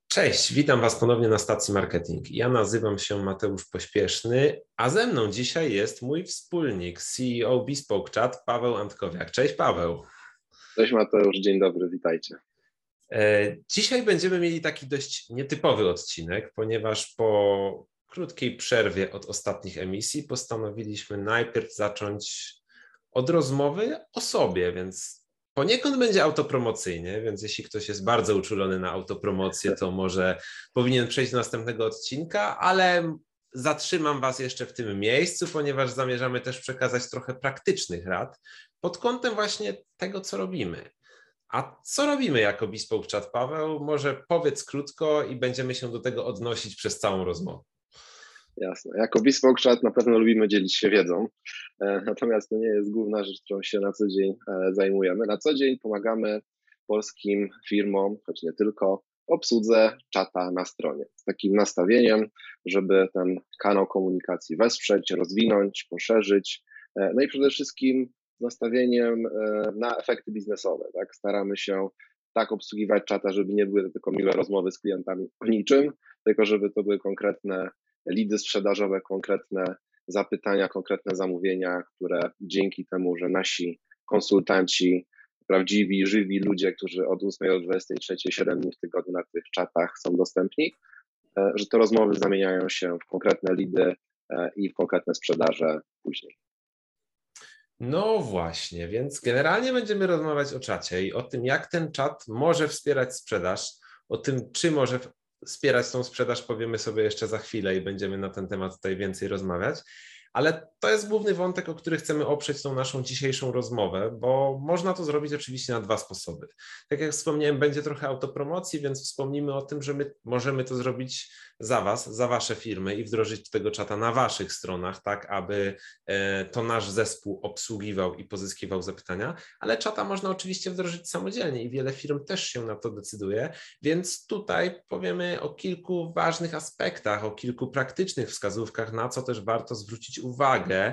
Cześć, witam Was ponownie na stacji Marketing. Ja nazywam się Mateusz Pośpieszny, a ze mną dzisiaj jest mój wspólnik, CEO Bespoke Chat, Paweł Antkowiak. Cześć Paweł. Cześć Mateusz, dzień dobry, witajcie. Dzisiaj będziemy mieli taki dość nietypowy odcinek, ponieważ po krótkiej przerwie od ostatnich emisji postanowiliśmy najpierw zacząć od rozmowy o sobie, więc poniekąd będzie autopromocyjnie, więc jeśli ktoś jest bardzo uczulony na autopromocję, to może powinien przejść do następnego odcinka, ale zatrzymam Was jeszcze w tym miejscu, ponieważ zamierzamy też przekazać trochę praktycznych rad pod kątem właśnie tego, co robimy. A co robimy jako Bespoke Chat, Paweł? Może powiedz krótko i będziemy się do tego odnosić przez całą rozmowę. Jasne. Jako Bespoke Chat na pewno lubimy dzielić się wiedzą, natomiast to nie jest główna rzecz, którą się na co dzień zajmujemy. Na co dzień pomagamy polskim firmom, choć nie tylko, obsłudze czata na stronie. Z takim nastawieniem, żeby ten kanał komunikacji wesprzeć, rozwinąć, poszerzyć, no i przede wszystkim z nastawieniem na efekty biznesowe. Tak? Staramy się tak obsługiwać czata, żeby nie były to tylko miłe rozmowy z klientami o niczym, tylko żeby to były konkretne lidy sprzedażowe, konkretne zapytania, konkretne zamówienia, które dzięki temu, że nasi konsultanci, prawdziwi, żywi ludzie, którzy od 8 do 23, 7 dni w tygodniu na tych czatach są dostępni, że te rozmowy zamieniają się w konkretne lidy i w konkretne sprzedaże później. No właśnie, więc generalnie będziemy rozmawiać o czacie i o tym, jak ten czat może wspierać sprzedaż, o tym, czy może wspierać tą sprzedaż, powiemy sobie jeszcze za chwilę i będziemy na ten temat tutaj więcej rozmawiać. Ale to jest główny wątek, o który chcemy oprzeć tą naszą dzisiejszą rozmowę, bo można to zrobić oczywiście na dwa sposoby. Tak jak wspomniałem, będzie trochę autopromocji, więc wspomnimy o tym, że my możemy to zrobić za Was, za Wasze firmy i wdrożyć tego czata na Waszych stronach, tak aby to nasz zespół obsługiwał i pozyskiwał zapytania, ale czata można oczywiście wdrożyć samodzielnie i wiele firm też się na to decyduje, więc tutaj powiemy o kilku ważnych aspektach, o kilku praktycznych wskazówkach, na co też warto zwrócić uwagę,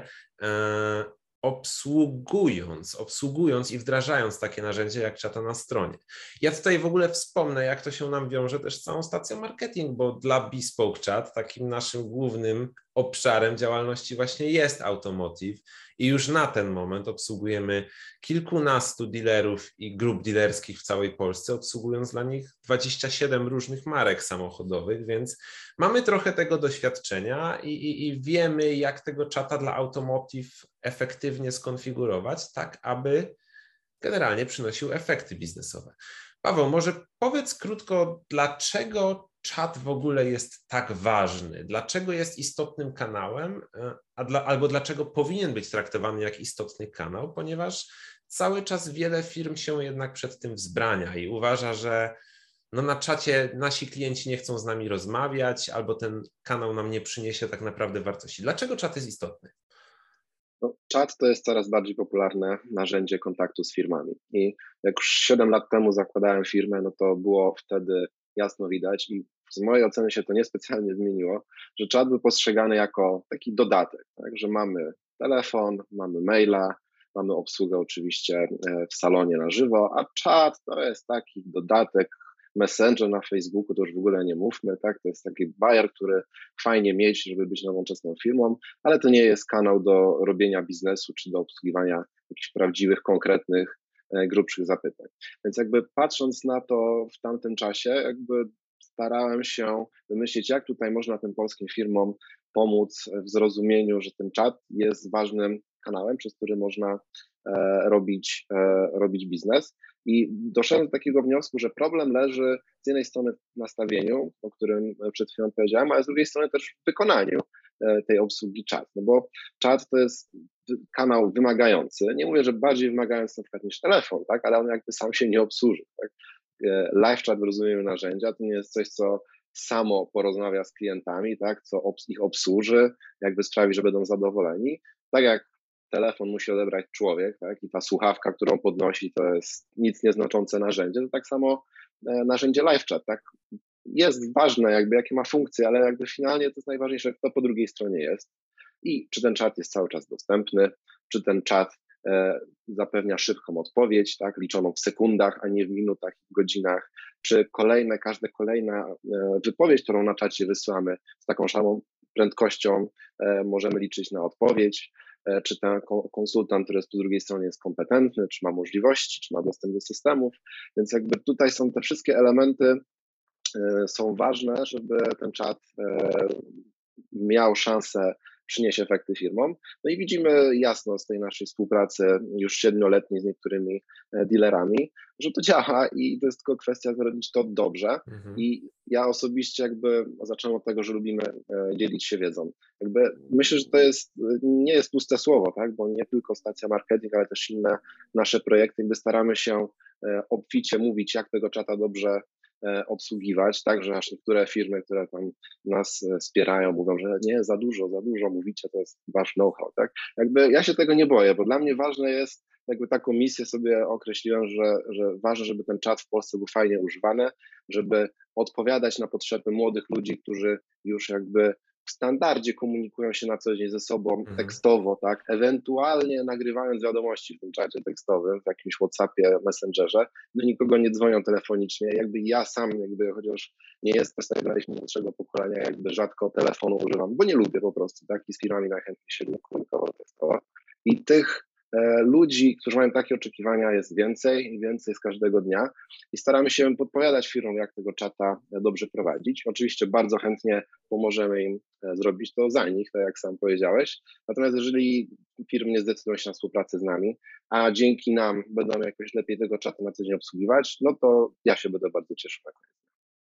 obsługując i wdrażając takie narzędzie jak czata na stronie. Ja tutaj w ogóle wspomnę, jak to się nam wiąże też z całą stacją marketing, bo dla Bespoke Chat takim naszym głównym obszarem działalności właśnie jest automotive i już na ten moment obsługujemy kilkunastu dealerów i grup dealerskich w całej Polsce, obsługując dla nich 27 różnych marek samochodowych, więc mamy trochę tego doświadczenia i wiemy, jak tego czata dla automotive efektywnie skonfigurować, tak aby generalnie przynosił efekty biznesowe. Paweł, może powiedz krótko, dlaczego czat w ogóle jest tak ważny? Dlaczego jest istotnym kanałem, albo dlaczego powinien być traktowany jak istotny kanał? Ponieważ cały czas wiele firm się jednak przed tym wzbrania i uważa, że no na czacie nasi klienci nie chcą z nami rozmawiać, albo ten kanał nam nie przyniesie tak naprawdę wartości. Dlaczego czat jest istotny? No, czat to jest coraz bardziej popularne narzędzie kontaktu z firmami i jak już 7 lat temu zakładałem firmę, no to było wtedy jasno widać i z mojej oceny się to niespecjalnie zmieniło, że czat był postrzegany jako taki dodatek, tak? Że mamy telefon, mamy maila, mamy obsługę oczywiście w salonie na żywo, a czat to jest taki dodatek. Messenger na Facebooku to już w ogóle nie mówmy, tak? To jest taki bajer, który fajnie mieć, żeby być nowoczesną firmą, ale to nie jest kanał do robienia biznesu czy do obsługiwania jakichś prawdziwych, konkretnych, grubszych zapytań. Więc jakby patrząc na to w tamtym czasie, jakby starałem się wymyślić, jak tutaj można tym polskim firmom pomóc w zrozumieniu, że ten czat jest ważnym kanałem, przez który można robić biznes. I doszedłem do takiego wniosku, że problem leży z jednej strony w nastawieniu, o którym przed chwilą powiedziałem, ale z drugiej strony też w wykonaniu tej obsługi czat. No bo czat to jest kanał wymagający. Nie mówię, że bardziej wymagający na przykład niż telefon, tak? Ale on jakby sam się nie obsłuży. Tak? Live chat w rozumieniu narzędzia to nie jest coś, co samo porozmawia z klientami, tak? Co ich obsłuży, jakby sprawi, że będą zadowoleni. Tak jak telefon musi odebrać człowiek, tak? I ta słuchawka, którą podnosi, to jest nic nieznaczące narzędzie, to tak samo narzędzie live chat, tak? Jest ważne jakby jakie ma funkcje, ale jakby finalnie to jest najważniejsze, kto po drugiej stronie jest i czy ten czat jest cały czas dostępny, czy ten czat zapewnia szybką odpowiedź, tak, liczoną w sekundach, a nie w minutach i w godzinach, czy każda kolejna wypowiedź, którą na czacie wysyłamy z taką samą prędkością, możemy liczyć na odpowiedź, czy ten konsultant, który jest po drugiej stronie, jest kompetentny, czy ma możliwości, czy ma dostęp do systemów, więc jakby tutaj są te wszystkie elementy, są ważne, żeby ten czat miał szansę przynieść efekty firmom. No i widzimy jasno z tej naszej współpracy już 7-letniej z niektórymi dealerami, że to działa i to jest tylko kwestia zrobić to dobrze. I ja osobiście jakby zacząłem od tego, że lubimy dzielić się wiedzą. Jakby myślę, że to nie jest puste słowo, tak? Bo nie tylko stacja marketing, ale też inne nasze projekty, jakby staramy się obficie mówić, jak tego czata dobrze obsługiwać, tak, że aż niektóre firmy, które tam nas wspierają, mówią, że nie, za dużo mówicie, to jest wasz know-how, tak. Jakby ja się tego nie boję, bo dla mnie ważne jest, jakby taką misję sobie określiłem, że ważne, żeby ten czat w Polsce był fajnie używany, żeby odpowiadać na potrzeby młodych ludzi, którzy już jakby w standardzie komunikują się na co dzień ze sobą tekstowo, tak, ewentualnie nagrywając wiadomości w tym czacie tekstowym, w jakimś WhatsAppie, Messengerze, do nikogo nie dzwonią telefonicznie, jakby ja sam, chociaż nie jestem z tego najmłodszego pokolenia, jakby rzadko telefonu używam, bo nie lubię po prostu, tak, i z firmami najchętniej się komunikował tekstowo. I tych ludzi, którzy mają takie oczekiwania, jest więcej i więcej z każdego dnia i staramy się podpowiadać firmom, jak tego czata dobrze prowadzić. Oczywiście bardzo chętnie pomożemy im zrobić to za nich, tak jak sam powiedziałeś. Natomiast jeżeli firmy nie zdecydują się na współpracę z nami, a dzięki nam będą jakoś lepiej tego czata na co dzień obsługiwać, no to ja się będę bardzo cieszył na koniec.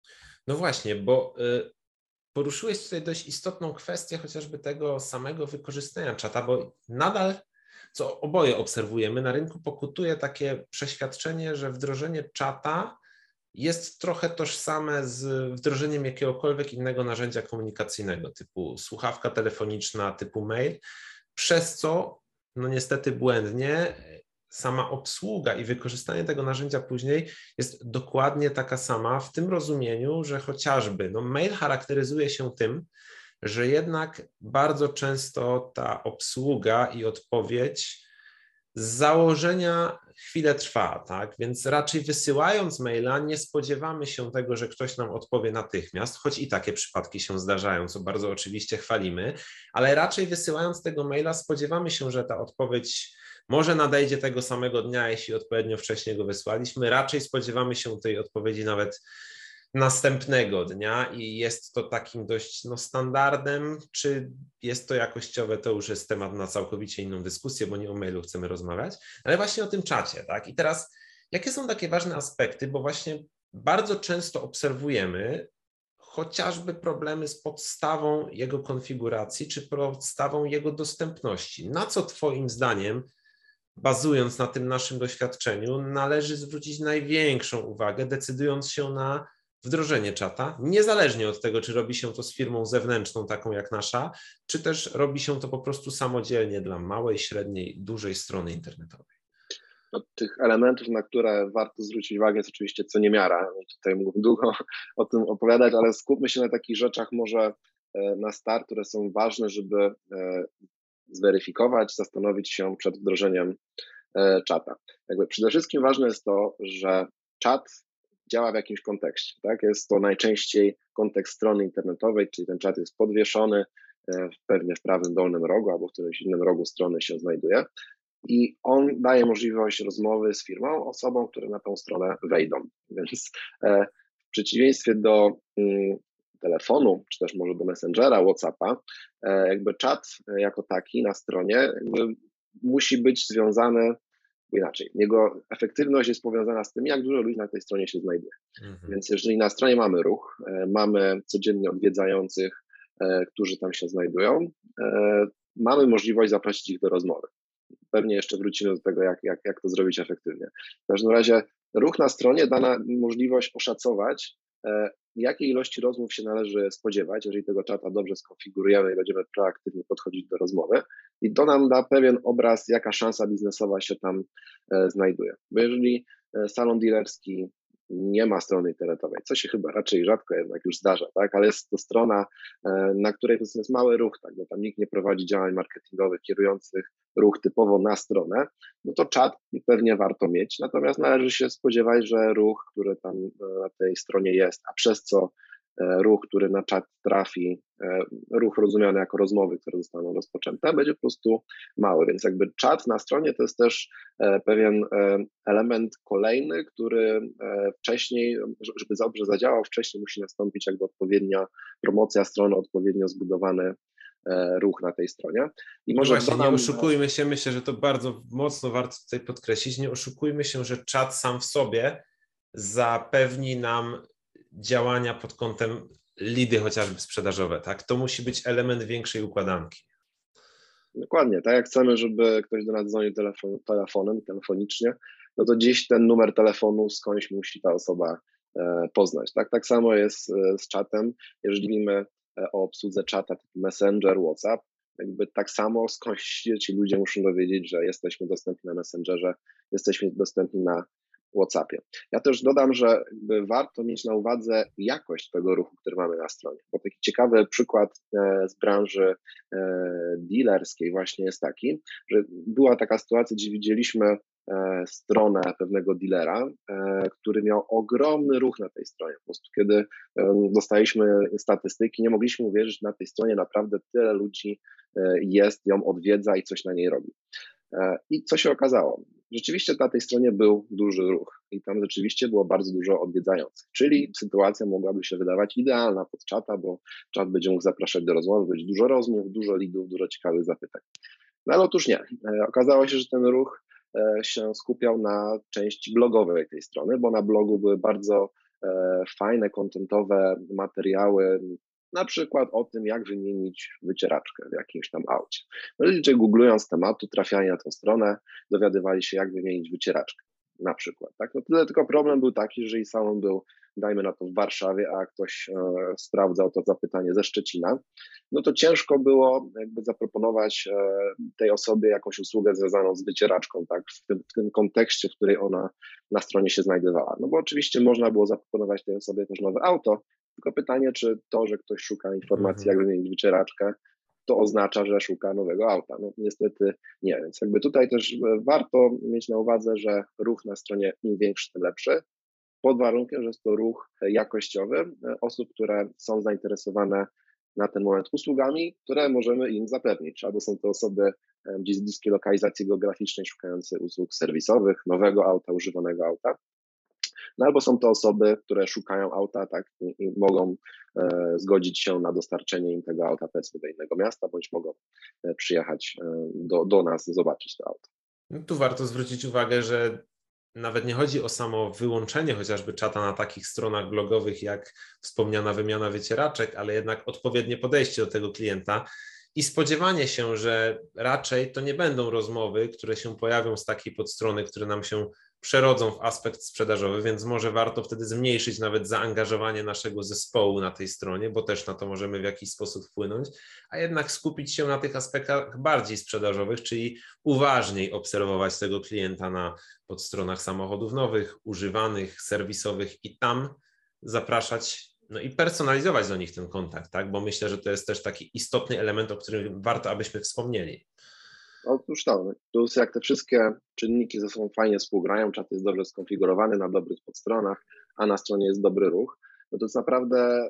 No właśnie, bo poruszyłeś tutaj dość istotną kwestię chociażby tego samego wykorzystania czata, bo nadal, co oboje obserwujemy, na rynku pokutuje takie przeświadczenie, że wdrożenie czata jest trochę tożsame z wdrożeniem jakiegokolwiek innego narzędzia komunikacyjnego, typu słuchawka telefoniczna, typu mail, przez co, no niestety błędnie, sama obsługa i wykorzystanie tego narzędzia później jest dokładnie taka sama w tym rozumieniu, że chociażby mail charakteryzuje się tym, że jednak bardzo często ta obsługa i odpowiedź z założenia chwilę trwa, tak? Więc raczej wysyłając maila nie spodziewamy się tego, że ktoś nam odpowie natychmiast, choć i takie przypadki się zdarzają, co bardzo oczywiście chwalimy, ale raczej wysyłając tego maila spodziewamy się, że ta odpowiedź może nadejdzie tego samego dnia, jeśli odpowiednio wcześnie go wysłaliśmy, raczej spodziewamy się tej odpowiedzi nawet następnego dnia i jest to takim dość standardem. Czy jest to jakościowe, to już jest temat na całkowicie inną dyskusję, bo nie o mailu chcemy rozmawiać, ale właśnie o tym czacie, tak? I teraz jakie są takie ważne aspekty, bo właśnie bardzo często obserwujemy chociażby problemy z podstawą jego konfiguracji czy podstawą jego dostępności. Na co Twoim zdaniem, bazując na tym naszym doświadczeniu, należy zwrócić największą uwagę, decydując się na wdrożenie czata, niezależnie od tego, czy robi się to z firmą zewnętrzną, taką jak nasza, czy też robi się to po prostu samodzielnie dla małej, średniej, dużej strony internetowej? No, tych elementów, na które warto zwrócić uwagę, jest oczywiście co niemiara. Tutaj mógłbym długo o tym opowiadać, ale skupmy się na takich rzeczach może na start, które są ważne, żeby zweryfikować, zastanowić się przed wdrożeniem czata. Jakby przede wszystkim ważne jest to, że czat działa w jakimś kontekście. Tak? Jest to najczęściej kontekst strony internetowej, czyli ten czat jest podwieszony pewnie w prawym dolnym rogu albo w którymś innym rogu strony się znajduje i on daje możliwość rozmowy z firmą, osobom, które na tą stronę wejdą. Więc w przeciwieństwie do telefonu, czy też może do Messengera, WhatsAppa, jakby czat jako taki na stronie musi być związany inaczej. Jego efektywność jest powiązana z tym, jak dużo ludzi na tej stronie się znajduje. Więc jeżeli na stronie mamy ruch, mamy codziennie odwiedzających, którzy tam się znajdują, mamy możliwość zaprosić ich do rozmowy. Pewnie jeszcze wrócimy do tego, jak to zrobić efektywnie. W każdym razie ruch na stronie da nam możliwość oszacować, jakiej ilości rozmów się należy spodziewać, jeżeli tego czata dobrze skonfigurujemy i będziemy proaktywnie podchodzić do rozmowy. I to nam da pewien obraz, jaka szansa biznesowa się tam znajduje. Bo jeżeli salon dealerski nie ma strony internetowej, co się chyba raczej rzadko jednak już zdarza, tak? Ale jest to strona, na której jest mały ruch, tak? Bo tam nikt nie prowadzi działań marketingowych kierujących ruch typowo na stronę, no to czat pewnie warto mieć, natomiast należy się spodziewać, że ruch, który tam na tej stronie jest, a przez co ruch, który na czat trafi, ruch rozumiany jako rozmowy, które zostaną rozpoczęte, będzie po prostu mały, więc jakby czat na stronie to jest też pewien element kolejny, który wcześniej, żeby dobrze zadziałał, wcześniej musi nastąpić jakby odpowiednia promocja strony, odpowiednio zbudowany ruch na tej stronie. I może właśnie, nie oszukujmy się, myślę, że to bardzo mocno warto tutaj podkreślić, nie oszukujmy się, że czat sam w sobie zapewni nam działania pod kątem lidy chociażby sprzedażowe, tak? To musi być element większej układanki. Dokładnie, tak jak chcemy, żeby ktoś do nas dzwonił telefonicznie, no to gdzieś ten numer telefonu skądś musi ta osoba poznać. Tak samo jest z czatem. Jeżeli mówimy o obsłudze czata typu Messenger, WhatsApp, jakby tak samo skądś ci ludzie muszą dowiedzieć, że jesteśmy dostępni na Messengerze, jesteśmy dostępni na WhatsAppie. Ja też dodam, że warto mieć na uwadze jakość tego ruchu, który mamy na stronie, bo taki ciekawy przykład z branży dealerskiej właśnie jest taki, że była taka sytuacja, gdzie widzieliśmy stronę pewnego dealera, który miał ogromny ruch na tej stronie. Po prostu kiedy dostaliśmy statystyki, nie mogliśmy uwierzyć, że na tej stronie naprawdę tyle ludzi jest, ją odwiedza i coś na niej robi. I co się okazało? Rzeczywiście na tej stronie był duży ruch i tam rzeczywiście było bardzo dużo odwiedzających, czyli sytuacja mogłaby się wydawać idealna pod czata, bo czat będzie mógł zapraszać do rozmów, będzie dużo rozmów, dużo leadów, dużo ciekawych zapytań. No ale otóż nie. Okazało się, że ten ruch się skupiał na części blogowej tej strony, bo na blogu były bardzo fajne, kontentowe materiały, na przykład o tym, jak wymienić wycieraczkę w jakimś tam aucie. No, ludzie googlując tematu, trafiali na tę stronę, dowiadywali się, jak wymienić wycieraczkę, na przykład. Tak? No tyle tylko problem był taki, że jeżeli salon był, dajmy na to w Warszawie, a ktoś sprawdzał to zapytanie ze Szczecina, no to ciężko było jakby zaproponować tej osobie jakąś usługę związaną z wycieraczką, tak? W tym kontekście, w której ona na stronie się znajdowała. No bo oczywiście można było zaproponować tej osobie też nowe auto, tylko pytanie, czy to, że ktoś szuka informacji, jak wymienić wycieraczkę, to oznacza, że szuka nowego auta. No niestety nie, więc jakby tutaj też warto mieć na uwadze, że ruch na stronie im większy, tym lepszy, pod warunkiem, że jest to ruch jakościowy osób, które są zainteresowane na ten moment usługami, które możemy im zapewnić. Albo są to osoby gdzieś z bliskiej lokalizacji geograficznej szukające usług serwisowych, nowego auta, używanego auta, no albo są to osoby, które szukają auta, tak, i mogą zgodzić się na dostarczenie im tego auta powiedzmy do innego miasta, bądź mogą przyjechać do nas, zobaczyć to auto. No tu warto zwrócić uwagę, że nawet nie chodzi o samo wyłączenie chociażby czata na takich stronach blogowych jak wspomniana wymiana wycieraczek, ale jednak odpowiednie podejście do tego klienta i spodziewanie się, że raczej to nie będą rozmowy, które się pojawią z takiej podstrony, które nam się przerodzą w aspekt sprzedażowy, więc może warto wtedy zmniejszyć nawet zaangażowanie naszego zespołu na tej stronie, bo też na to możemy w jakiś sposób wpłynąć, a jednak skupić się na tych aspektach bardziej sprzedażowych, czyli uważniej obserwować tego klienta na podstronach samochodów nowych, używanych, serwisowych i tam zapraszać, no i personalizować do nich ten kontakt, tak? Bo myślę, że to jest też taki istotny element, o którym warto, abyśmy wspomnieli. Otóż to, plus jak te wszystkie czynniki ze sobą fajnie współgrają, czat jest dobrze skonfigurowany na dobrych podstronach, a na stronie jest dobry ruch, no to jest naprawdę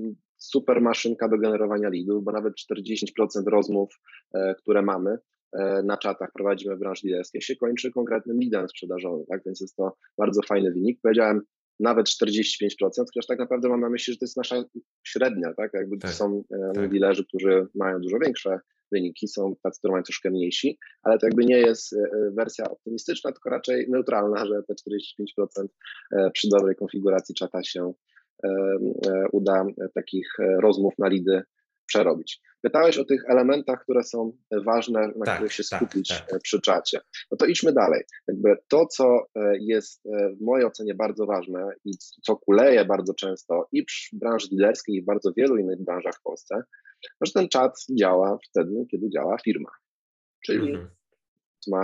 super maszynka do generowania leadów, bo nawet 40% rozmów, które mamy na czatach, prowadzimy w branży dealerskiej, się kończy konkretnym leadem sprzedażowym, tak? Więc jest to bardzo fajny wynik. Powiedziałem nawet 45%, chociaż tak naprawdę mam na myśli, że to jest nasza średnia, tak? Jakby Tak, są tak. dealerzy, którzy mają dużo większe wyniki, są tacy, które mają troszkę mniejsi, ale to jakby nie jest wersja optymistyczna, tylko raczej neutralna, że te 45% przy dobrej konfiguracji czata się uda takich rozmów na lidy przerobić. Pytałeś o tych elementach, które są ważne, na których się skupić przy czacie. No to idźmy dalej. Jakby to, co jest w mojej ocenie bardzo ważne i co kuleje bardzo często i przy branży dealerskiej i w bardzo wielu innych branżach w Polsce, że ten czat działa wtedy, kiedy działa firma. Czyli ma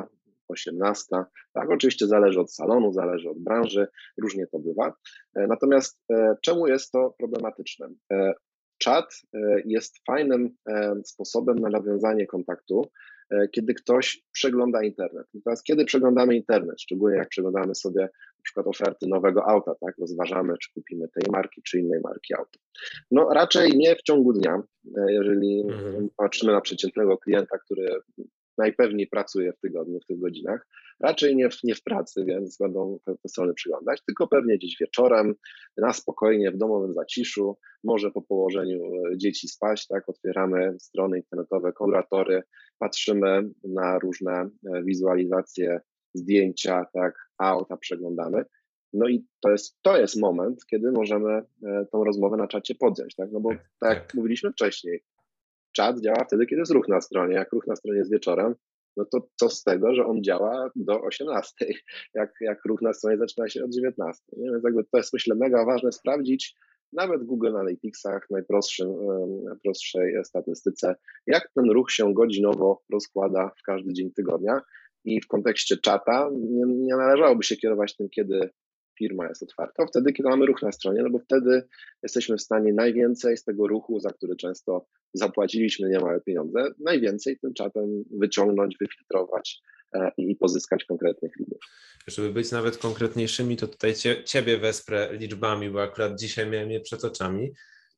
18. Tak, oczywiście zależy od salonu, zależy od branży, różnie to bywa. Natomiast czemu jest to problematyczne? Czat jest fajnym sposobem na nawiązanie kontaktu, kiedy ktoś przegląda internet. I teraz, kiedy przeglądamy internet, szczególnie jak przeglądamy sobie na przykład oferty nowego auta, tak, rozważamy, czy kupimy tej marki, czy innej marki auto. No raczej nie w ciągu dnia, jeżeli patrzymy na przeciętnego klienta, który najpewniej pracuje w tygodniu, w tych godzinach, raczej nie w pracy, więc będą te strony przyglądać, tylko pewnie gdzieś wieczorem, na spokojnie, w domowym zaciszu, może po położeniu dzieci spać, tak, otwieramy strony internetowe, kalkulatory, patrzymy na różne wizualizacje, zdjęcia, tak, auta przeglądamy. No i to jest moment, kiedy możemy tą rozmowę na czacie podjąć, tak, no bo tak jak mówiliśmy wcześniej, czat działa wtedy, kiedy jest ruch na stronie. Jak ruch na stronie jest wieczorem, no to co z tego, że on działa do 18, jak ruch na stronie zaczyna się od 19. Nie? Więc jakby to jest, myślę, mega ważne sprawdzić, nawet w Google Analyticsach, najprostszej statystyce, jak ten ruch się godzinowo rozkłada w każdy dzień tygodnia. I w kontekście czata nie należałoby się kierować tym, kiedy firma jest otwarta, wtedy, kiedy mamy ruch na stronie, no bo wtedy jesteśmy w stanie najwięcej z tego ruchu, za który często zapłaciliśmy niemałe pieniądze, najwięcej tym czatem wyciągnąć, wyfiltrować i pozyskać konkretnych lidów. Żeby być nawet konkretniejszymi, to tutaj Ciebie wesprę liczbami, bo akurat dzisiaj miałem je przed oczami.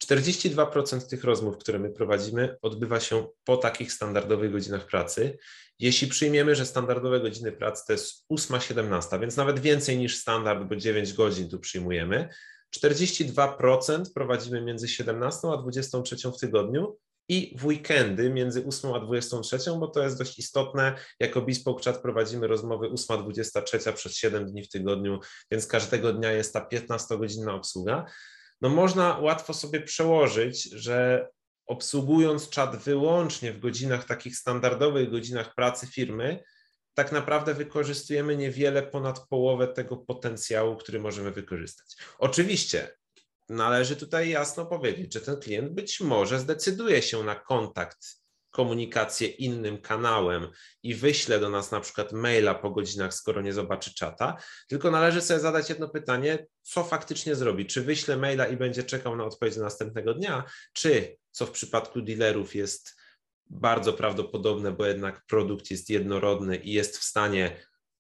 42% tych rozmów, które my prowadzimy, odbywa się po takich standardowych godzinach pracy. Jeśli przyjmiemy, że standardowe godziny pracy to jest 8-17, więc nawet więcej niż standard, bo 9 godzin tu przyjmujemy, 42% prowadzimy między 17 a 23 w tygodniu i w weekendy między 8 a 23, bo to jest dość istotne. Jako Bespoke Chat prowadzimy rozmowy 8-23 przez 7 dni w tygodniu, więc każdego dnia jest ta 15-godzinna obsługa. No można łatwo sobie przełożyć, że obsługując czat wyłącznie w godzinach takich standardowych, godzinach pracy firmy, tak naprawdę wykorzystujemy niewiele ponad połowę tego potencjału, który możemy wykorzystać. Oczywiście należy tutaj jasno powiedzieć, że ten klient być może zdecyduje się na kontakt, komunikację innym kanałem i wyśle do nas na przykład maila po godzinach, skoro nie zobaczy czata, tylko należy sobie zadać jedno pytanie, co faktycznie zrobi, czy wyśle maila i będzie czekał na odpowiedź do następnego dnia, czy, co w przypadku dealerów jest bardzo prawdopodobne, bo jednak produkt jest jednorodny i jest w stanie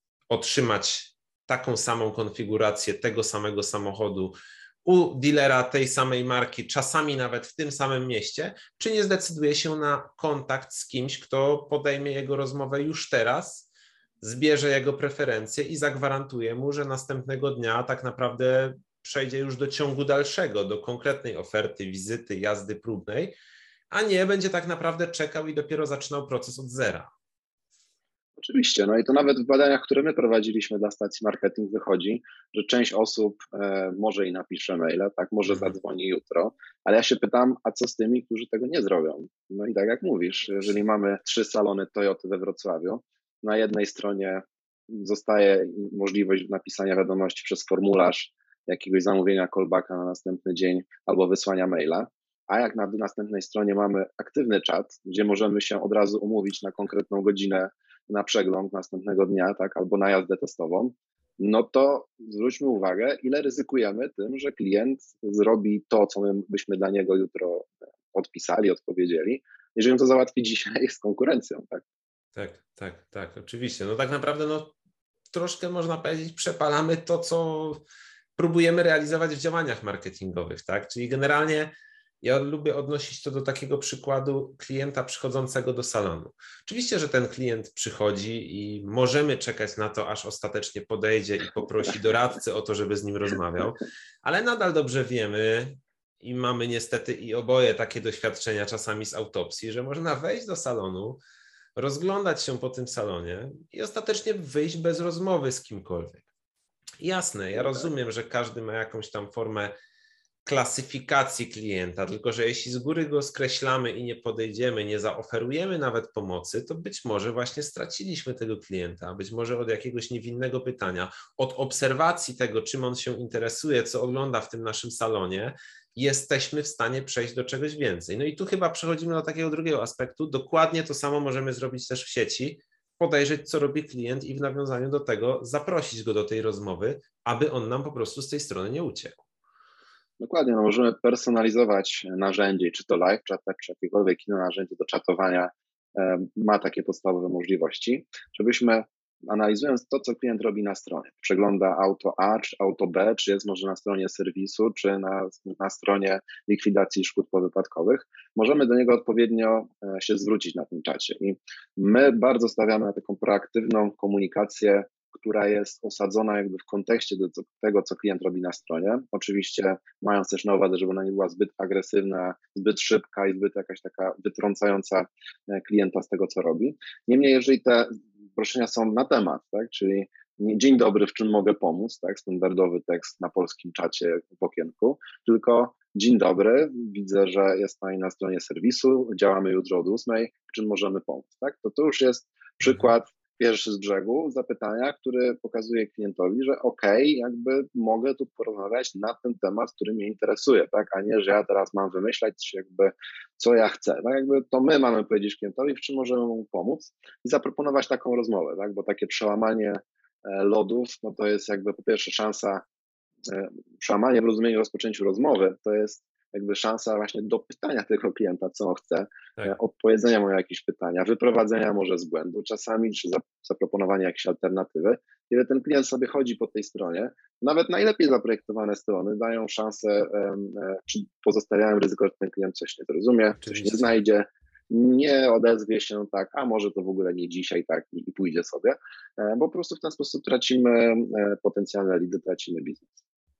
otrzymać taką samą konfigurację tego samego samochodu u dealera tej samej marki, czasami nawet w tym samym mieście, czy nie zdecyduje się na kontakt z kimś, kto podejmie jego rozmowę już teraz, zbierze jego preferencje i zagwarantuje mu, że następnego dnia tak naprawdę przejdzie już do ciągu dalszego, do konkretnej oferty, wizyty, jazdy próbnej, a nie będzie tak naprawdę czekał i dopiero zaczynał proces od zera. Oczywiście, no i to nawet w badaniach, które my prowadziliśmy dla stacji marketing wychodzi, że część osób może i napisze maila, tak, może zadzwoni jutro, ale ja się pytam, a co z tymi, którzy tego nie zrobią? No i tak jak mówisz, jeżeli mamy 3 salony Toyoty we Wrocławiu, na jednej stronie zostaje możliwość napisania wiadomości przez formularz jakiegoś zamówienia callbacka na następny dzień albo wysłania maila, a jak na następnej stronie mamy aktywny czat, gdzie możemy się od razu umówić na konkretną godzinę na przegląd następnego dnia, tak, albo na jazdę testową, no to zwróćmy uwagę, ile ryzykujemy tym, że klient zrobi to, co my byśmy dla niego jutro odpisali, odpowiedzieli, jeżeli on to załatwi dzisiaj z konkurencją, tak? Tak, oczywiście. No tak naprawdę troszkę można powiedzieć, przepalamy to, co próbujemy realizować w działaniach marketingowych, tak? Czyli generalnie ja lubię odnosić to do takiego przykładu klienta przychodzącego do salonu. Oczywiście, że ten klient przychodzi i możemy czekać na to, aż ostatecznie podejdzie i poprosi doradcę o to, żeby z nim rozmawiał, ale nadal dobrze wiemy i mamy niestety i oboje takie doświadczenia czasami z autopsji, że można wejść do salonu, rozglądać się po tym salonie i ostatecznie wyjść bez rozmowy z kimkolwiek. Jasne, ja rozumiem, że każdy ma jakąś tam formę klasyfikacji klienta, tylko że jeśli z góry go skreślamy i nie podejdziemy, nie zaoferujemy nawet pomocy, to być może właśnie straciliśmy tego klienta, być może od jakiegoś niewinnego pytania, od obserwacji tego, czym on się interesuje, co ogląda w tym naszym salonie, jesteśmy w stanie przejść do czegoś więcej. No i tu chyba przechodzimy do takiego drugiego aspektu. Dokładnie to samo możemy zrobić też w sieci, podejrzeć, co robi klient i w nawiązaniu do tego zaprosić go do tej rozmowy, aby on nam po prostu z tej strony nie uciekł. Dokładnie, no możemy personalizować narzędzie, czy to live chat, tak, czy jakiekolwiek inne narzędzie do czatowania ma takie podstawowe możliwości, żebyśmy analizując to, co klient robi na stronie, przegląda auto A, czy auto B, czy jest może na stronie serwisu, czy na stronie likwidacji szkód powypadkowych, możemy do niego odpowiednio się zwrócić na tym czacie. I my bardzo stawiamy na taką proaktywną komunikację, która jest osadzona jakby w kontekście do tego, co klient robi na stronie. Oczywiście mając też na uwadze, żeby ona nie była zbyt agresywna, zbyt szybka i zbyt jakaś taka wytrącająca klienta z tego, co robi. Niemniej, jeżeli te proszenia są na temat, tak, czyli dzień dobry, w czym mogę pomóc, tak, standardowy tekst na polskim czacie w okienku, tylko dzień dobry, widzę, że jest Pani na stronie serwisu, działamy jutro od 8, w czym możemy pomóc, tak, to już jest przykład pierwszy z brzegu zapytania, który pokazuje klientowi, że jakby mogę tu porozmawiać na ten temat, który mnie interesuje, tak, a nie, że ja teraz mam wymyślać jakby co ja chcę, tak, jakby to my mamy powiedzieć klientowi, w czym możemy mu pomóc i zaproponować taką rozmowę, tak, bo takie przełamanie lodów, no to jest jakby po pierwsze szansa, przełamanie w rozumieniu rozpoczęciu rozmowy, to jest jakby szansa właśnie do pytania tego klienta, co on chce, odpowiedzenia mu na jakieś pytania, wyprowadzenia może z błędu czasami, czy zaproponowania jakiejś alternatywy. Kiedy ten klient sobie chodzi po tej stronie, nawet najlepiej zaprojektowane strony dają szansę, czy pozostawiają ryzyko, że ten klient coś nie zrozumie, coś nie znajdzie, nie odezwie się tak, a może to w ogóle nie dzisiaj tak i pójdzie sobie, bo po prostu w ten sposób tracimy potencjalne lidy, tracimy biznes.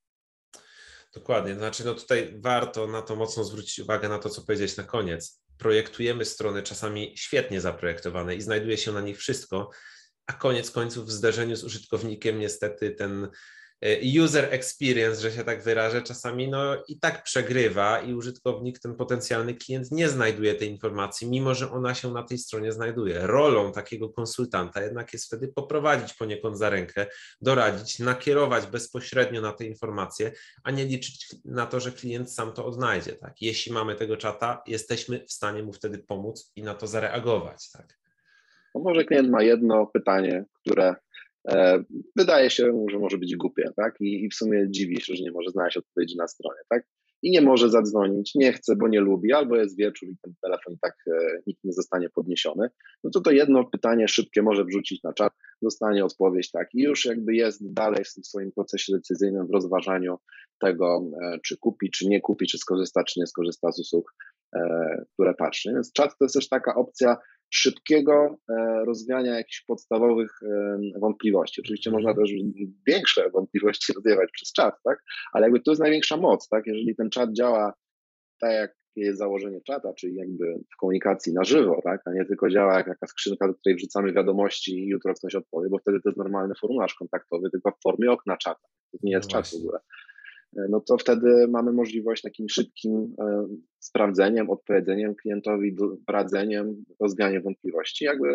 Dokładnie, znaczy no tutaj warto na to mocno zwrócić uwagę na to, co powiedziałeś na koniec. Projektujemy strony czasami świetnie zaprojektowane i znajduje się na nich wszystko, a koniec końców w zderzeniu z użytkownikiem niestety ten user experience, że się tak wyrażę, czasami no i tak przegrywa i użytkownik, ten potencjalny klient nie znajduje tej informacji, mimo że ona się na tej stronie znajduje. Rolą takiego konsultanta jednak jest wtedy poprowadzić poniekąd za rękę, doradzić, nakierować bezpośrednio na te informacje, a nie liczyć na to, że klient sam to odnajdzie. Tak? Jeśli mamy tego czata, jesteśmy w stanie mu wtedy pomóc i na to zareagować. Tak? No może klient ma jedno pytanie, które wydaje się mu, że może być głupie, tak? I w sumie dziwi się, że nie może znaleźć odpowiedzi na stronie, tak? I nie może zadzwonić, nie chce, bo nie lubi, albo jest wieczór i ten telefon tak nikt nie zostanie podniesiony, no to jedno pytanie szybkie może wrzucić na czat, dostanie odpowiedź, tak? I już jakby jest dalej w swoim procesie decyzyjnym w rozważaniu tego, czy kupi, czy nie kupi, czy skorzysta, czy nie skorzysta z usług, które patrzy. Więc czat to jest też taka opcja szybkiego rozwiania jakichś podstawowych wątpliwości. Oczywiście można też większe wątpliwości rozwiewać przez czat, tak? Ale jakby to jest największa moc, tak? Jeżeli ten czat działa tak, jak jest założenie czata, czyli jakby w komunikacji na żywo, tak? A nie tylko działa jak taka skrzynka, do której wrzucamy wiadomości i jutro ktoś odpowie, bo wtedy to jest normalny formularz kontaktowy, tylko w formie okna czata. To nie jest czat w ogóle. No to wtedy mamy możliwość takim szybkim sprawdzeniem, odpowiedzeniem klientowi, radzeniem, rozwianiem wątpliwości, jakby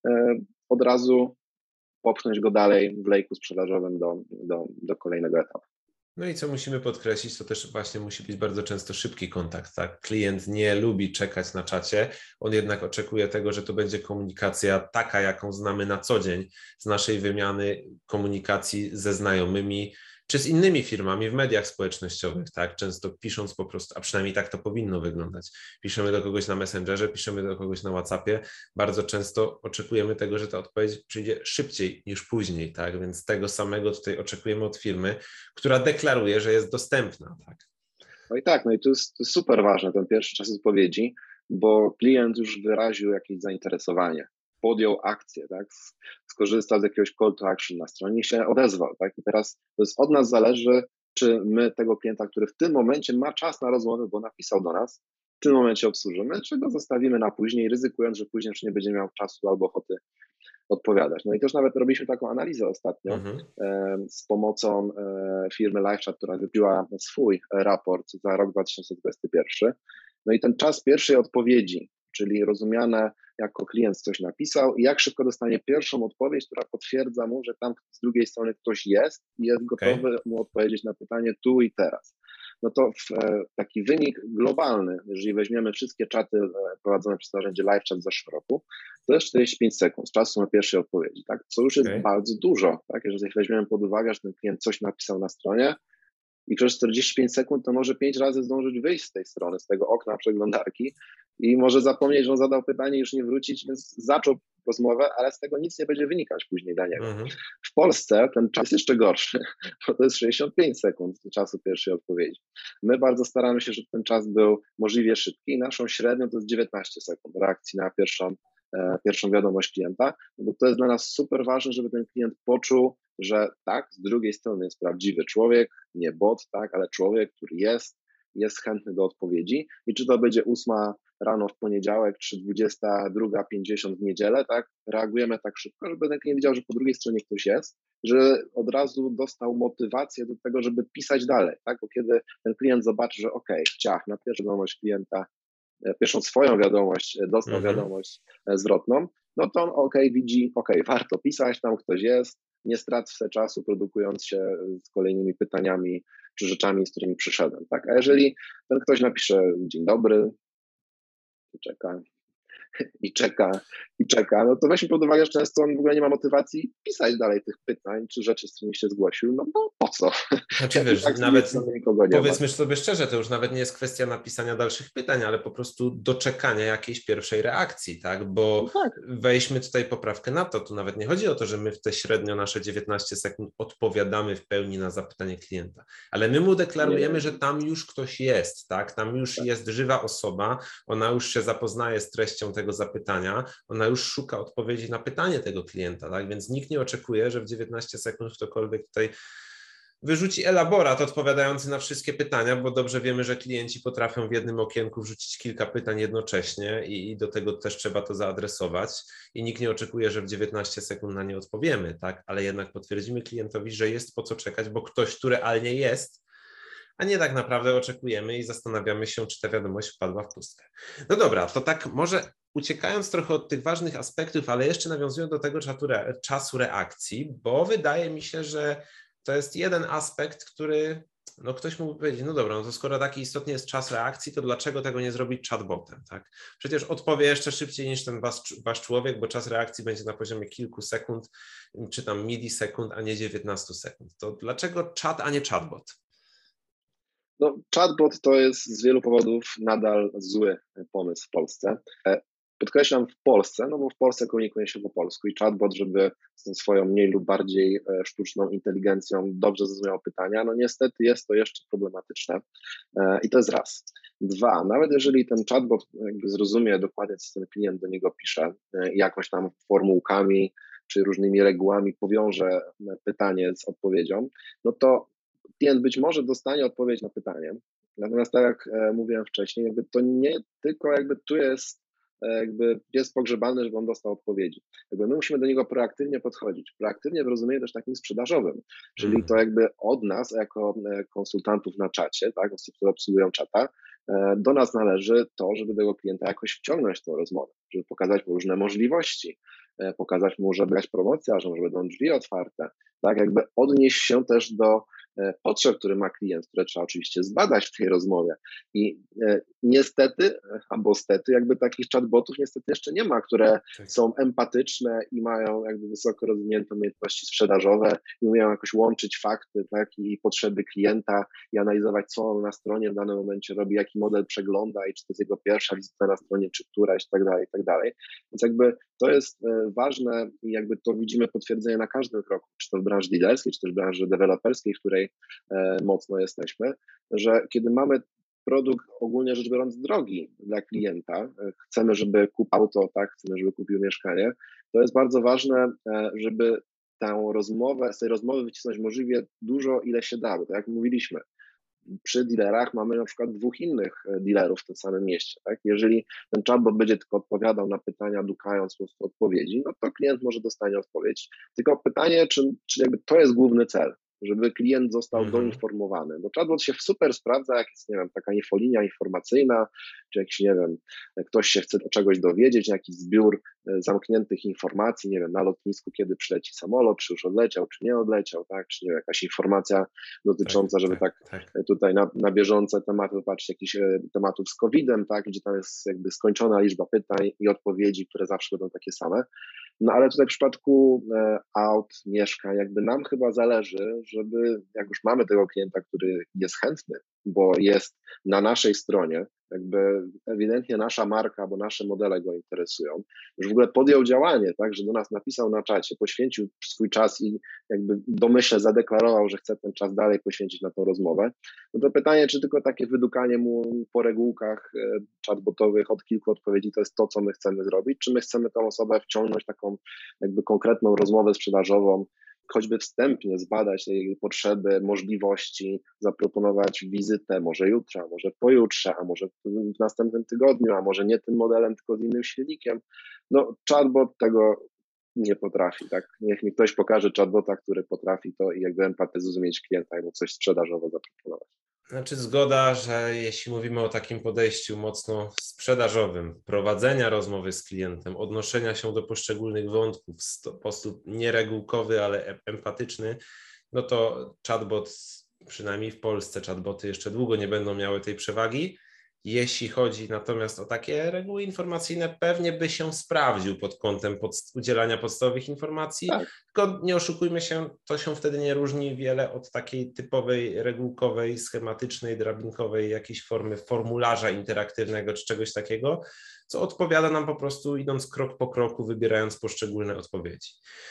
od razu popchnąć go dalej w lejku sprzedażowym do kolejnego etapu. No i co musimy podkreślić, to też właśnie musi być bardzo często szybki kontakt, tak? Klient nie lubi czekać na czacie, on jednak oczekuje tego, że to będzie komunikacja taka, jaką znamy na co dzień z naszej wymiany komunikacji ze znajomymi, czy z innymi firmami w mediach społecznościowych, tak? Często pisząc po prostu, a przynajmniej tak to powinno wyglądać. Piszemy do kogoś na Messengerze, piszemy do kogoś na WhatsAppie. Bardzo często oczekujemy tego, że ta odpowiedź przyjdzie szybciej niż później, tak? Więc tego samego tutaj oczekujemy od firmy, która deklaruje, że jest dostępna, tak? No i tak, no i to jest super ważne, ten pierwszy czas odpowiedzi, bo klient już wyraził jakieś zainteresowanie, podjął akcję, tak? Skorzystał z jakiegoś call to action na stronie i się odezwał, tak? I teraz to jest od nas zależy, czy my tego klienta, który w tym momencie ma czas na rozmowę, bo napisał do nas, w tym momencie obsłużymy, czy go zostawimy na później, ryzykując, że później już nie będzie miał czasu albo ochoty odpowiadać. No i też nawet robiliśmy taką analizę ostatnio z pomocą firmy LiveChat, która wybiła swój raport za rok 2021. No i ten czas pierwszej odpowiedzi, czyli rozumiane jako klient coś napisał i jak szybko dostanie pierwszą odpowiedź, która potwierdza mu, że tam z drugiej strony ktoś jest i jest gotowy mu odpowiedzieć na pytanie tu i teraz. no to taki wynik globalny, jeżeli weźmiemy wszystkie czaty prowadzone przez narzędzie LiveChat w zeszłym roku, to jest 45 sekund z czasu na pierwszej odpowiedzi, tak? Co już jest bardzo dużo, tak? Jeżeli weźmiemy pod uwagę, że ten klient coś napisał na stronie i przez 45 sekund to może 5 razy zdążyć wyjść z tej strony, z tego okna przeglądarki i może zapomnieć, że on zadał pytanie i już nie wrócić, więc zaczął rozmowę, ale z tego nic nie będzie wynikać później dla niego. W Polsce ten czas jest jeszcze gorszy, bo to jest 65 sekund czasu pierwszej odpowiedzi. My bardzo staramy się, żeby ten czas był możliwie szybki i naszą średnią to jest 19 sekund reakcji na pierwszą wiadomość klienta, bo to jest dla nas super ważne, żeby ten klient poczuł, że tak, z drugiej strony jest prawdziwy człowiek, nie bot, tak, ale człowiek, który jest chętny do odpowiedzi i czy to będzie 8 rano w poniedziałek, czy 22:50 w niedzielę, tak, reagujemy tak szybko, żeby ten klient wiedział, że po drugiej stronie ktoś jest, że od razu dostał motywację do tego, żeby pisać dalej, tak, bo kiedy ten klient zobaczy, że na pierwszą wiadomość klienta, pierwszą swoją wiadomość, dostał wiadomość zwrotną, no to on widzi, warto pisać, tam ktoś jest, nie stracę czasu produkując się z kolejnymi pytaniami czy rzeczami, z którymi przyszedłem, tak? A jeżeli ten ktoś napisze dzień dobry, czeka, no to weźmy pod uwagę, że często on w ogóle nie ma motywacji pisać dalej tych pytań czy rzeczy, z którymi się zgłosił, no bo po co? Znaczy wiesz, tak nawet powiedzmy sobie szczerze, to już nawet nie jest kwestia napisania dalszych pytań, ale po prostu doczekania jakiejś pierwszej reakcji, tak? Bo weźmy tutaj poprawkę na to, tu nawet nie chodzi o to, że my w te średnio nasze 19 sekund odpowiadamy w pełni na zapytanie klienta, ale my mu deklarujemy, że tam już ktoś jest, tak? Tam już jest żywa osoba, ona już się zapoznaje z treścią tego zapytania, ona już szuka odpowiedzi na pytanie tego klienta, tak? Więc nikt nie oczekuje, że w 19 sekund ktokolwiek tutaj wyrzuci elaborat odpowiadający na wszystkie pytania, bo dobrze wiemy, że klienci potrafią w jednym okienku wrzucić kilka pytań jednocześnie i do tego też trzeba to zaadresować i nikt nie oczekuje, że w 19 sekund na nie odpowiemy, tak? Ale jednak potwierdzimy klientowi, że jest po co czekać, bo ktoś tu realnie jest, a nie tak naprawdę oczekujemy i zastanawiamy się, czy ta wiadomość wpadła w pustkę. No dobra, to tak może uciekając trochę od tych ważnych aspektów, ale jeszcze nawiązując do tego czasu reakcji, bo wydaje mi się, że to jest jeden aspekt, który ktoś mógłby powiedzieć, no dobra, no to skoro taki istotny jest czas reakcji, to dlaczego tego nie zrobić chatbotem, tak? Przecież odpowie jeszcze szybciej niż ten wasz człowiek, bo czas reakcji będzie na poziomie kilku sekund, czy tam milisekund, a nie 19 sekund. To dlaczego czat, a nie chatbot? No, chatbot to jest z wielu powodów nadal zły pomysł w Polsce. Podkreślam w Polsce, no bo w Polsce komunikuje się po polsku i chatbot, żeby z tą swoją mniej lub bardziej sztuczną inteligencją dobrze zrozumiał pytania, no niestety jest to jeszcze problematyczne i to jest raz. Dwa, nawet jeżeli ten chatbot jakby zrozumie dokładnie, co ten klient do niego pisze, jakąś tam formułkami czy różnymi regułami powiąże pytanie z odpowiedzią, no to klient być może dostanie odpowiedź na pytanie, natomiast tak jak mówiłem wcześniej, jakby to nie tylko jakby tu jest pogrzebany, żeby on dostał odpowiedzi. Jakby my musimy do niego proaktywnie podchodzić. Proaktywnie w rozumieniu też takim sprzedażowym, czyli to jakby od nas jako konsultantów na czacie, tak, osób, które obsługują czata, do nas należy to, żeby tego klienta jakoś wciągnąć w tą rozmowę, żeby pokazać mu różne możliwości, pokazać mu, że jakaś promocja, że może będą drzwi otwarte, tak, jakby odnieść się też do potrzeb, które ma klient, które trzeba oczywiście zbadać w tej rozmowie. I niestety, albo stety, jakby takich chatbotów niestety jeszcze nie ma, które są empatyczne i mają jakby wysoko rozwinięte umiejętności sprzedażowe i umieją jakoś łączyć fakty, tak, i potrzeby klienta i analizować, co on na stronie w danym momencie robi, jaki model przegląda i czy to jest jego pierwsza wizyta na stronie, czy któraś, i tak dalej, i tak dalej. Więc jakby to jest ważne i jakby to widzimy potwierdzenie na każdym kroku, czy to w branży dealerskiej, czy też w branży deweloperskiej, w której mocno jesteśmy, że kiedy mamy produkt ogólnie rzecz biorąc drogi dla klienta, chcemy, żeby kupił auto, tak, chcemy, żeby kupił mieszkanie, to jest bardzo ważne, żeby z tej rozmowy wycisnąć możliwie dużo, ile się da, bo tak jak mówiliśmy, przy dealerach mamy na przykład 2 innych dealerów w tym samym mieście. Tak? Jeżeli ten chatbot będzie tylko odpowiadał na pytania, dukając po prostu odpowiedzi, no to klient może dostanie odpowiedź. Tylko pytanie, czy jakby to jest główny cel, żeby klient został doinformowany, bo chatbot się super sprawdza, jak jest, nie wiem, taka infolinia informacyjna, czy jakiś, nie wiem, ktoś się chce czegoś dowiedzieć, jakiś zbiór zamkniętych informacji, nie wiem, na lotnisku, kiedy przyleci samolot, czy już odleciał, czy nie odleciał, tak, czy nie wiem, jakaś informacja dotycząca, żeby tutaj na bieżące tematy, patrzeć jakichś tematów z COVID-em, tak, gdzie tam jest jakby skończona liczba pytań i odpowiedzi, które zawsze będą takie same. No ale tutaj w przypadku aut, mieszkań, jakby nam chyba zależy, żeby, jak już mamy tego klienta, który jest chętny, bo jest na naszej stronie, jakby ewidentnie nasza marka, bo nasze modele go interesują, już w ogóle podjął działanie, tak, że do nas napisał na czacie, poświęcił swój czas i jakby domyślnie zadeklarował, że chce ten czas dalej poświęcić na tą rozmowę, no to pytanie, czy tylko takie wydukanie mu po regułkach chatbotowych od kilku odpowiedzi to jest to, co my chcemy zrobić, czy my chcemy tą osobę wciągnąć taką jakby konkretną rozmowę sprzedażową, choćby wstępnie zbadać jej potrzeby, możliwości, zaproponować wizytę może jutro, a może pojutrze, a może w następnym tygodniu, a może nie tym modelem, tylko z innym silnikiem. No chatbot tego nie potrafi, tak? Niech mi ktoś pokaże chatbota, który potrafi to i jakby empatię zrozumieć klienta i mu coś sprzedażowo zaproponować. Znaczy zgoda, że jeśli mówimy o takim podejściu mocno sprzedażowym, prowadzenia rozmowy z klientem, odnoszenia się do poszczególnych wątków w sposób nieregułkowy, ale empatyczny, no to chatbot, przynajmniej w Polsce chatboty jeszcze długo nie będą miały tej przewagi. Jeśli chodzi natomiast o takie reguły informacyjne, pewnie by się sprawdził pod kątem udzielania podstawowych informacji, tylko nie oszukujmy się, to się wtedy nie różni wiele od takiej typowej, regułkowej, schematycznej, drabinkowej jakiejś formy formularza interaktywnego czy czegoś takiego, co odpowiada nam po prostu idąc krok po kroku, wybierając poszczególne odpowiedzi.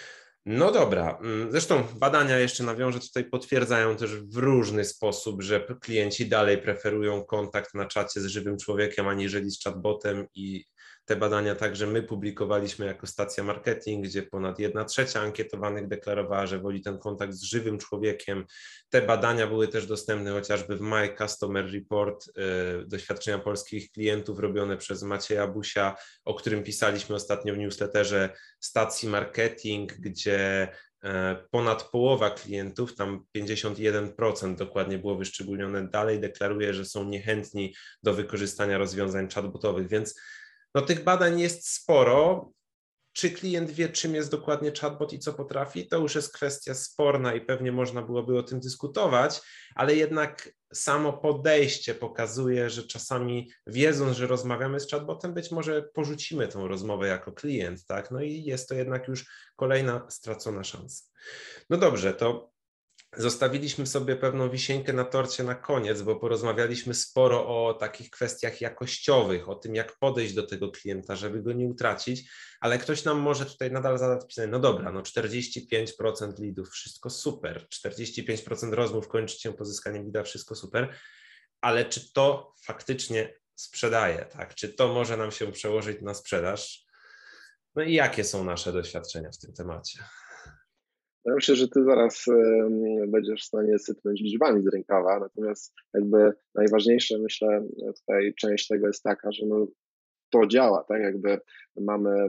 No dobra, zresztą badania jeszcze nawiążę, tutaj potwierdzają też w różny sposób, że klienci dalej preferują kontakt na czacie z żywym człowiekiem aniżeli z chatbotem i te badania także my publikowaliśmy jako stacja marketing, gdzie ponad 1/3 ankietowanych deklarowała, że woli ten kontakt z żywym człowiekiem. Te badania były też dostępne chociażby w My Customer Report, doświadczenia polskich klientów robione przez Macieja Busia, o którym pisaliśmy ostatnio w newsletterze stacji marketing, gdzie ponad połowa klientów, tam 51% dokładnie było wyszczególnione, dalej deklaruje, że są niechętni do wykorzystania rozwiązań chatbotowych, więc no, tych badań jest sporo. Czy klient wie, czym jest dokładnie chatbot i co potrafi, to już jest kwestia sporna i pewnie można byłoby o tym dyskutować, ale jednak samo podejście pokazuje, że czasami wiedząc, że rozmawiamy z chatbotem, być może porzucimy tą rozmowę jako klient, tak? No i jest to jednak już kolejna stracona szansa. No dobrze, to zostawiliśmy sobie pewną wisienkę na torcie na koniec, bo porozmawialiśmy sporo o takich kwestiach jakościowych, o tym, jak podejść do tego klienta, żeby go nie utracić, ale ktoś nam może tutaj nadal zadać pytanie, no dobra, no 45% leadów, wszystko super, 45% rozmów kończy się pozyskaniem leada, wszystko super, ale czy to faktycznie sprzedaje, tak? Czy to może nam się przełożyć na sprzedaż? No i jakie są nasze doświadczenia w tym temacie? Ja myślę, że ty zaraz będziesz w stanie sypnąć liczbami z rękawa, natomiast jakby najważniejsze, myślę, tutaj część tego jest taka, że no, to działa, tak, jakby mamy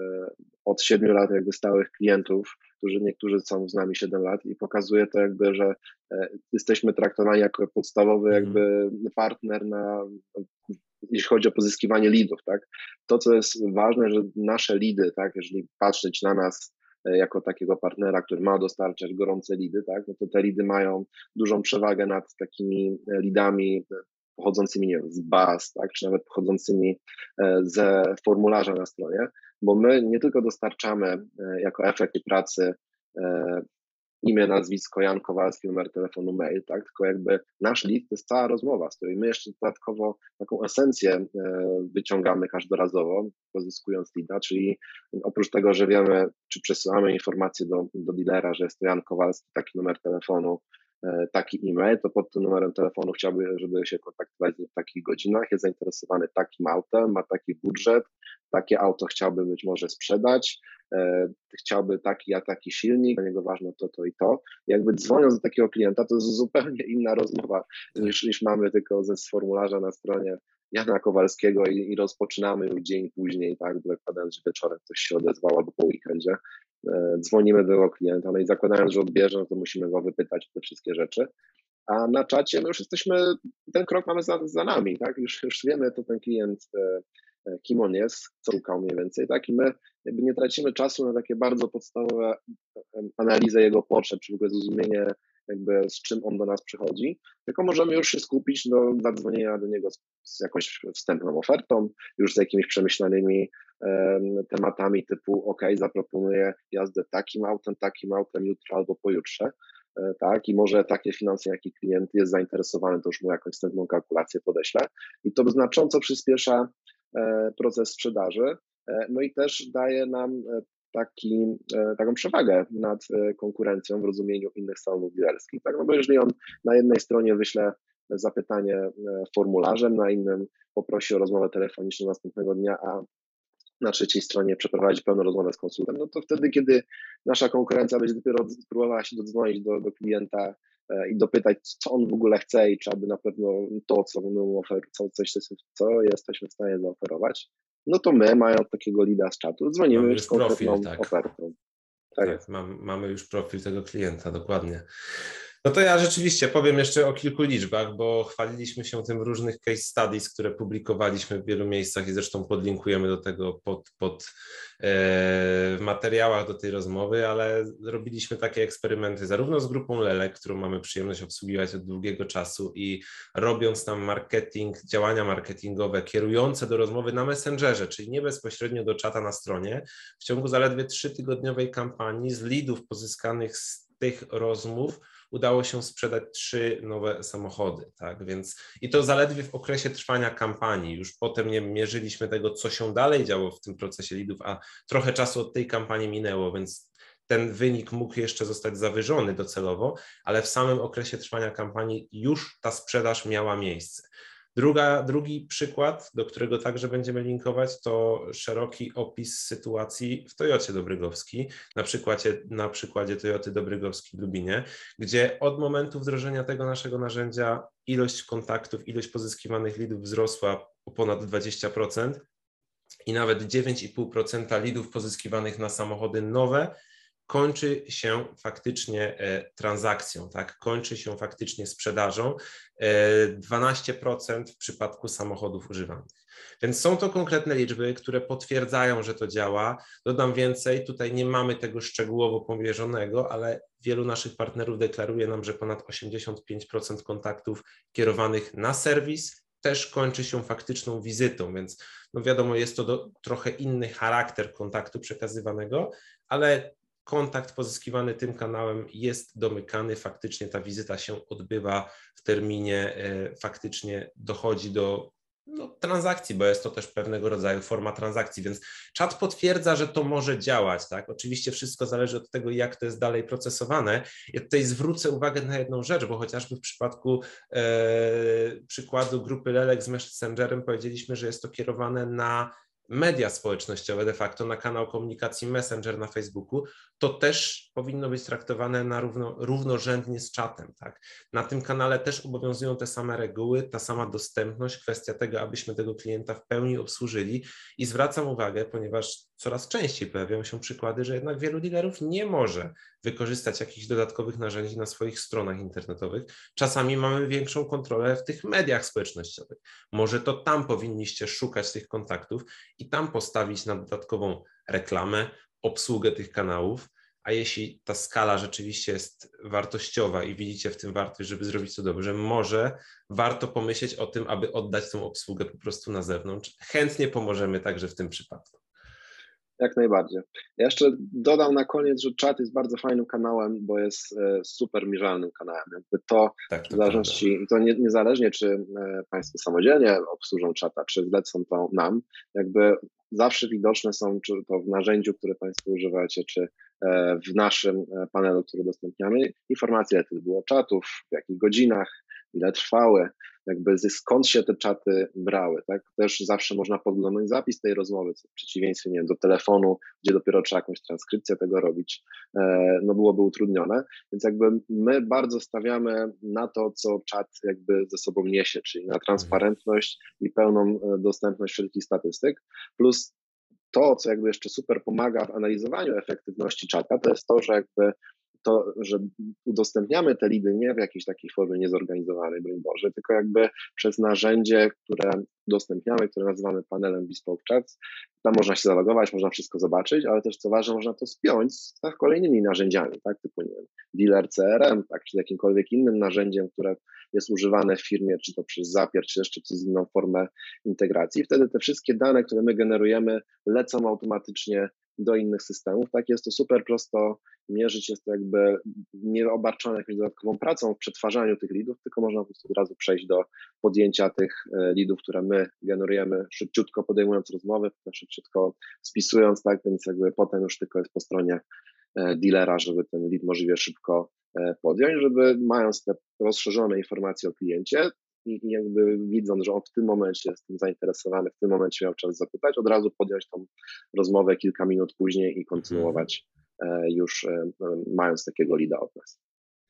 od 7 lat jakby stałych klientów, niektórzy są z nami 7 lat i pokazuje to jakby, że jesteśmy traktowani jako podstawowy jakby partner jeśli chodzi o pozyskiwanie leadów, tak. To, co jest ważne, że nasze leady, tak, jeżeli patrzeć na nas jako takiego partnera, który ma dostarczać gorące leady, tak, no to te leady mają dużą przewagę nad takimi leadami pochodzącymi, nie wiem, z baz, tak, czy nawet pochodzącymi ze formularza na stronie, bo my nie tylko dostarczamy jako efekt tej pracy imię, nazwisko, Jan Kowalski, numer telefonu, mail, tak, tylko jakby nasz lead to jest cała rozmowa, z której my jeszcze dodatkowo taką esencję wyciągamy każdorazowo, pozyskując leada, czyli oprócz tego, że wiemy, czy przesyłamy informację do dealera, że jest to Jan Kowalski, taki numer telefonu, taki e-mail, to pod tym numerem telefonu chciałby, żeby się kontaktować z nim w takich godzinach, jest zainteresowany takim autem, ma taki budżet, takie auto chciałby być może sprzedać, chciałby taki a taki silnik, dla niego ważne to i to. Jakby dzwoniąc do takiego klienta, to jest zupełnie inna rozmowa niż mamy tylko ze formularza na stronie Jana Kowalskiego i rozpoczynamy już dzień później, tak, zakładając, że wieczorem ktoś się odezwał albo po weekendzie. dzwonimy do tego klienta, no i zakładając, że odbierze, no to musimy go wypytać o te wszystkie rzeczy. A na czacie my już jesteśmy, ten krok mamy za nami, tak? Już wiemy, to ten klient, kim on jest, co szukał mniej więcej, tak? I my jakby nie tracimy czasu na takie bardzo podstawowe analizę jego potrzeb, czy w ogóle zrozumienie jakby z czym on do nas przychodzi, tylko możemy już się skupić do zadzwonienia do niego z jakąś wstępną ofertą, już z jakimiś przemyślanymi tematami typu ok, zaproponuję jazdę takim autem jutro albo pojutrze, tak, i może takie finanse, jaki klient jest zainteresowany, to już mu jakąś wstępną kalkulację podeślę i to znacząco przyspiesza proces sprzedaży, no i też daje nam taką przewagę nad konkurencją w rozumieniu innych salonów dealerskich, tak, no bo jeżeli on na jednej stronie wyśle zapytanie formularzem, na innym poprosi o rozmowę telefoniczną następnego dnia, a na trzeciej stronie przeprowadzić pełną rozmowę z konsultem, no to wtedy, kiedy nasza konkurencja będzie dopiero próbowała się dodzwonić do klienta i dopytać, co on w ogóle chce i czy aby na pewno to, co my mu co jesteśmy w stanie zaoferować, no to my, mając takiego leada z czatu, dzwonimy Mamy już z konkretną profil, tak. ofertą. Tak, mamy już profil tego klienta, dokładnie. No to ja rzeczywiście powiem jeszcze o kilku liczbach, bo chwaliliśmy się tym w różnych case studies, które publikowaliśmy w wielu miejscach i zresztą podlinkujemy do tego w materiałach do tej rozmowy, ale robiliśmy takie eksperymenty zarówno z grupą Lelek, którą mamy przyjemność obsługiwać od długiego czasu i robiąc tam działania marketingowe kierujące do rozmowy na Messengerze, czyli nie bezpośrednio do czata na stronie, w ciągu zaledwie 3-tygodniowej kampanii z leadów pozyskanych z tych rozmów udało się sprzedać 3 nowe samochody, tak, więc i to zaledwie w okresie trwania kampanii, już potem nie mierzyliśmy tego, co się dalej działo w tym procesie leadów, a trochę czasu od tej kampanii minęło, więc ten wynik mógł jeszcze zostać zawyżony docelowo, ale w samym okresie trwania kampanii już ta sprzedaż miała miejsce. Drugi przykład, do którego także będziemy linkować, to szeroki opis sytuacji w Toyocie Dobrygowski, na przykładzie Toyoty Dobrygowski w Lubinie, gdzie od momentu wdrożenia tego naszego narzędzia ilość kontaktów, ilość pozyskiwanych leadów wzrosła o ponad 20% i nawet 9,5% leadów pozyskiwanych na samochody nowe kończy się faktycznie transakcją, tak? Kończy się faktycznie sprzedażą, 12% w przypadku samochodów używanych. Więc są to konkretne liczby, które potwierdzają, że to działa. Dodam więcej, tutaj nie mamy tego szczegółowo pomierzonego, ale wielu naszych partnerów deklaruje nam, że ponad 85% kontaktów kierowanych na serwis też kończy się faktyczną wizytą, więc no wiadomo, jest to trochę inny charakter kontaktu przekazywanego, ale kontakt pozyskiwany tym kanałem jest domykany, faktycznie ta wizyta się odbywa w terminie, faktycznie dochodzi do transakcji, bo jest to też pewnego rodzaju forma transakcji, więc czat potwierdza, że to może działać, tak? Oczywiście wszystko zależy od tego, jak to jest dalej procesowane. Ja tutaj zwrócę uwagę na jedną rzecz, bo chociażby w przypadku przykładu grupy Lelek z Messengerem powiedzieliśmy, że jest to kierowane na media społecznościowe, de facto na kanał komunikacji Messenger na Facebooku, to też powinno być traktowane równorzędnie z czatem, tak? Na tym kanale też obowiązują te same reguły, ta sama dostępność, kwestia tego, abyśmy tego klienta w pełni obsłużyli i zwracam uwagę, ponieważ coraz częściej pojawiają się przykłady, że jednak wielu dealerów nie może wykorzystać jakichś dodatkowych narzędzi na swoich stronach internetowych. Czasami mamy większą kontrolę w tych mediach społecznościowych. Może to tam powinniście szukać tych kontaktów i tam postawić na dodatkową reklamę, obsługę tych kanałów, a jeśli ta skala rzeczywiście jest wartościowa i widzicie w tym wartość, żeby zrobić to dobrze, może warto pomyśleć o tym, aby oddać tą obsługę po prostu na zewnątrz. Chętnie pomożemy także w tym przypadku. Jak najbardziej. Ja jeszcze dodam na koniec, że czat jest bardzo fajnym kanałem, bo jest super mierzalnym kanałem. Jakby to w zależności, i to niezależnie, czy Państwo samodzielnie obsłużą czata, czy zlecą to nam, jakby zawsze widoczne są, czy to w narzędziu, które Państwo używacie, czy w naszym panelu, który udostępniamy, informacje, ile tych było czatów, w jakich godzinach, ile trwały, jakby skąd się te czaty brały, tak? Też zawsze można podglądać zapis tej rozmowy, co w przeciwieństwie, nie wiem, do telefonu, gdzie dopiero trzeba jakąś transkrypcję tego robić, no byłoby utrudnione, więc jakby my bardzo stawiamy na to, co czat jakby ze sobą niesie, czyli na transparentność i pełną dostępność wszelkich statystyk, plus to, co jakby jeszcze super pomaga w analizowaniu efektywności czata, to jest to, że jakby to, że udostępniamy te lidy nie w jakiejś takiej formie niezorganizowanej, broń Boże, tylko jakby przez narzędzie, które udostępniamy, które nazywamy panelem Bespoke Chats. Tam można się zalogować, można wszystko zobaczyć, ale też co ważne, można to spiąć z kolejnymi narzędziami, tak, typu nie wiem, dealer CRM, tak, czy z jakimkolwiek innym narzędziem, które jest używane w firmie, czy to przez Zapier, czy jeszcze przez inną formę integracji. Wtedy te wszystkie dane, które my generujemy, lecą automatycznie do innych systemów. Tak, jest to super prosto mierzyć, jest to jakby nie obarczone jakąś dodatkową pracą w przetwarzaniu tych leadów, tylko można po prostu od razu przejść do podjęcia tych leadów, które my generujemy, szybciutko podejmując rozmowy, szybciutko spisując, tak, więc jakby potem już tylko jest po stronie dealera, żeby ten lead możliwie szybko podjąć, żeby mając te rozszerzone informacje o kliencie i jakby widząc, że on w tym momencie jest tym zainteresowany, w tym momencie miał czas zapytać, od razu podjąć tą rozmowę kilka minut później i kontynuować już mając takiego leada od nas.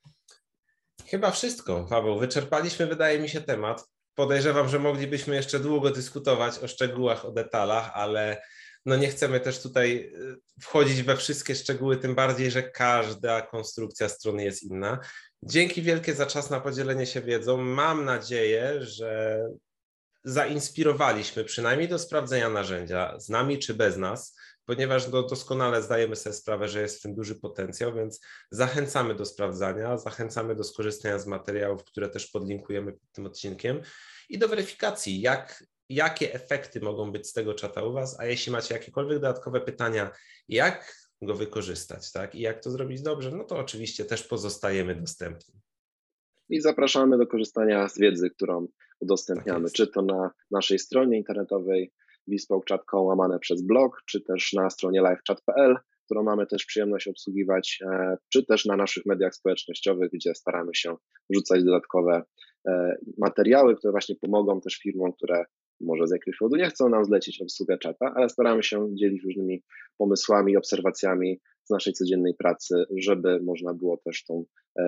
Chyba wszystko, Paweł. Wyczerpaliśmy, wydaje mi się, temat. Podejrzewam, że moglibyśmy jeszcze długo dyskutować o szczegółach, o detalach, ale no nie chcemy też tutaj wchodzić we wszystkie szczegóły, tym bardziej, że każda konstrukcja strony jest inna. Dzięki wielkie za czas na podzielenie się wiedzą. Mam nadzieję, że zainspirowaliśmy przynajmniej do sprawdzenia narzędzia, z nami czy bez nas, ponieważ doskonale zdajemy sobie sprawę, że jest w tym duży potencjał, więc zachęcamy do sprawdzania, zachęcamy do skorzystania z materiałów, które też podlinkujemy pod tym odcinkiem i do weryfikacji, jakie efekty mogą być z tego czata u Was, a jeśli macie jakiekolwiek dodatkowe pytania, jak go wykorzystać, tak, i jak to zrobić dobrze, no to oczywiście też pozostajemy dostępni. I zapraszamy do korzystania z wiedzy, którą udostępniamy, tak, czy to na naszej stronie internetowej bespokechat.com łamane przez blog, czy też na stronie livechat.pl, którą mamy też przyjemność obsługiwać, czy też na naszych mediach społecznościowych, gdzie staramy się wrzucać dodatkowe materiały, które właśnie pomogą też firmom, które może z jakiegoś powodu nie chcą nam zlecić obsługę czata, ale staramy się dzielić różnymi pomysłami, obserwacjami z naszej codziennej pracy, żeby można było też tą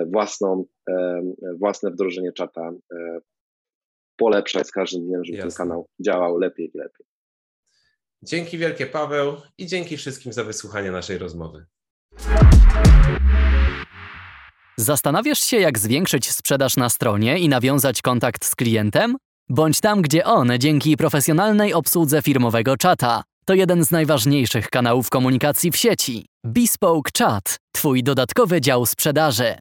własne wdrożenie czata polepszać z każdym dniem, żeby ten kanał działał lepiej i lepiej. Dzięki wielkie, Paweł, i dzięki wszystkim za wysłuchanie naszej rozmowy. Zastanawiasz się, jak zwiększyć sprzedaż na stronie i nawiązać kontakt z klientem? Bądź tam, gdzie on dzięki profesjonalnej obsłudze firmowego czata. To jeden z najważniejszych kanałów komunikacji w sieci. Bespoke Chat – Twój dodatkowy dział sprzedaży.